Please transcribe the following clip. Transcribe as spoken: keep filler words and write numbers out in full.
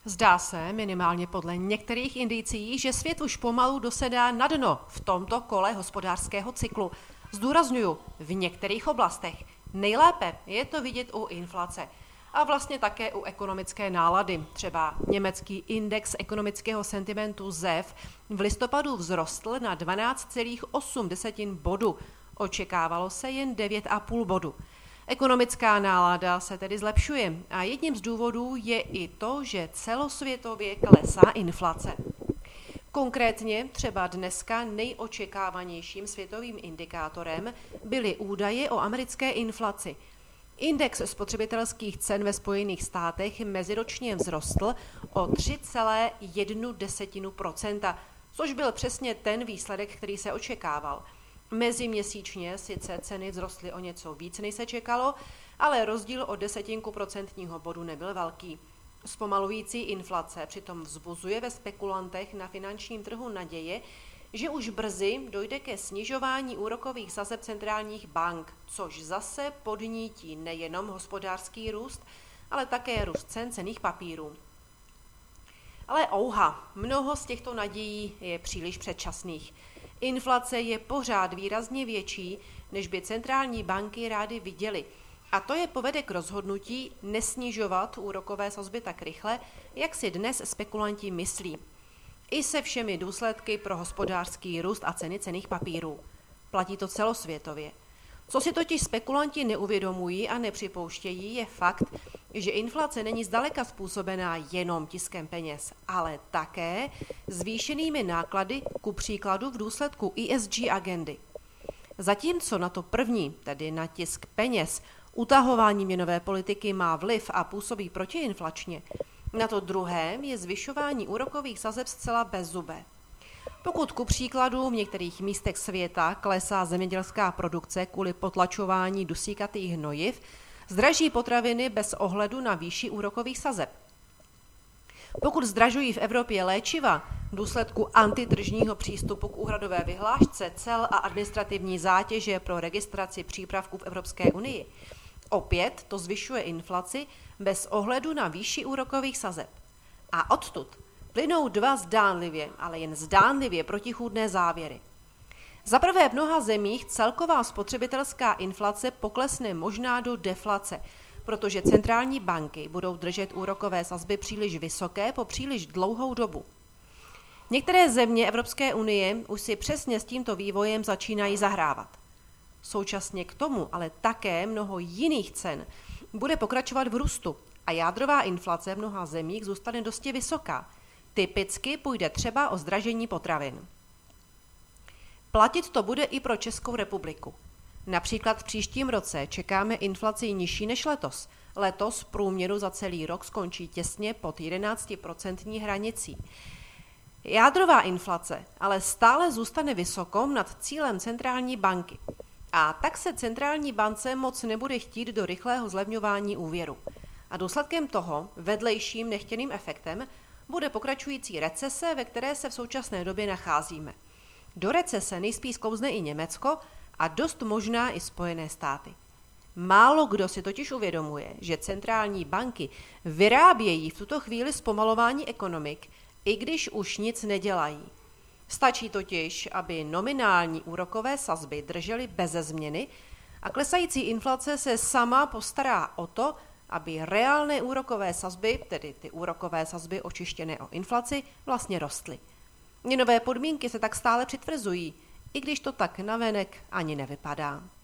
Zdá se, minimálně podle některých indicií, že svět už pomalu dosedá na dno v tomto kole hospodářského cyklu. Zdůrazňuju, v některých oblastech. Nejlépe je to vidět u inflace a vlastně také u ekonomické nálady. Třeba německý index ekonomického sentimentu Z E F v listopadu vzrostl na dvanáct celá osm bodu. Očekávalo se jen devět celá pět bodu. Ekonomická nálada se tedy zlepšuje a jedním z důvodů je i to, že celosvětově klesá inflace. Konkrétně třeba dneska nejočekávanějším světovým indikátorem byly údaje o americké inflaci. Index spotřebitelských cen ve Spojených státech meziročně vzrostl o tři celá jedna procenta, což byl přesně ten výsledek, který se očekával. Meziměsíčně sice ceny vzrostly o něco víc, než se čekalo, ale rozdíl o desetinku procentního bodu nebyl velký. Zpomalující inflace přitom vzbuzuje ve spekulantech na finančním trhu naděje, že už brzy dojde ke snižování úrokových sazeb centrálních bank, což zase podnítí nejenom hospodářský růst, ale také růst cen cenných papírů. Ale ouha, mnoho z těchto nadějí je příliš předčasných. Inflace je pořád výrazně větší, než by centrální banky rády viděly. A to je povede k rozhodnutí nesnižovat úrokové sazby tak rychle, jak si dnes spekulanti myslí. I se všemi důsledky pro hospodářský růst a ceny cenných papírů. Platí to celosvětově. Co si totiž spekulanti neuvědomují a nepřipouštějí, je fakt, že inflace není zdaleka způsobená jenom tiskem peněz, ale také zvýšenými náklady, ku příkladu v důsledku E S G agendy. Zatímco na to první, tedy na tisk peněz, utahování měnové politiky má vliv a působí protiinflačně, na to druhé je zvyšování úrokových sazeb zcela bezzubé. Pokud ku příkladu v některých místech světa klesá zemědělská produkce kvůli potlačování dusíkatých hnojiv, zdraží potraviny bez ohledu na výši úrokových sazeb. Pokud zdražují v Evropě léčiva v důsledku antitržního přístupu k úhradové vyhlášce, cel a administrativní zátěže pro registraci přípravků v Evropské unii, opět to zvyšuje inflaci bez ohledu na výši úrokových sazeb. A odtud plynou dva zdánlivě, ale jen zdánlivě protichůdné závěry. Za prvé v mnoha zemích celková spotřebitelská inflace poklesne možná do deflace, protože centrální banky budou držet úrokové sazby příliš vysoké po příliš dlouhou dobu. Některé země Evropské unie už si přesně s tímto vývojem začínají zahrávat. Současně k tomu ale také mnoho jiných cen bude pokračovat v růstu a jádrová inflace v mnoha zemích zůstane dosti vysoká. Typicky půjde třeba o zdražení potravin. Platit to bude i pro Českou republiku. Například v příštím roce čekáme inflaci nižší než letos. Letos v průměru za celý rok skončí těsně pod jedenáctiprocentní hranicí. Jádrová inflace ale stále zůstane vysoko nad cílem centrální banky. A tak se centrální bance moc nebude chtít do rychlého zlevňování úvěru. A důsledkem toho, vedlejším nechtěným efektem, bude pokračující recese, ve které se v současné době nacházíme. Do recese nejspíš sklouzne i Německo a dost možná i Spojené státy. Málo kdo si totiž uvědomuje, že centrální banky vyrábějí v tuto chvíli zpomalování ekonomik, i když už nic nedělají. Stačí totiž, aby nominální úrokové sazby držely beze změny a klesající inflace se sama postará o to, aby reálné úrokové sazby, tedy ty úrokové sazby očištěné o inflaci, vlastně rostly. Měnové podmínky se tak stále přitvrzují, i když to tak navenek ani nevypadá.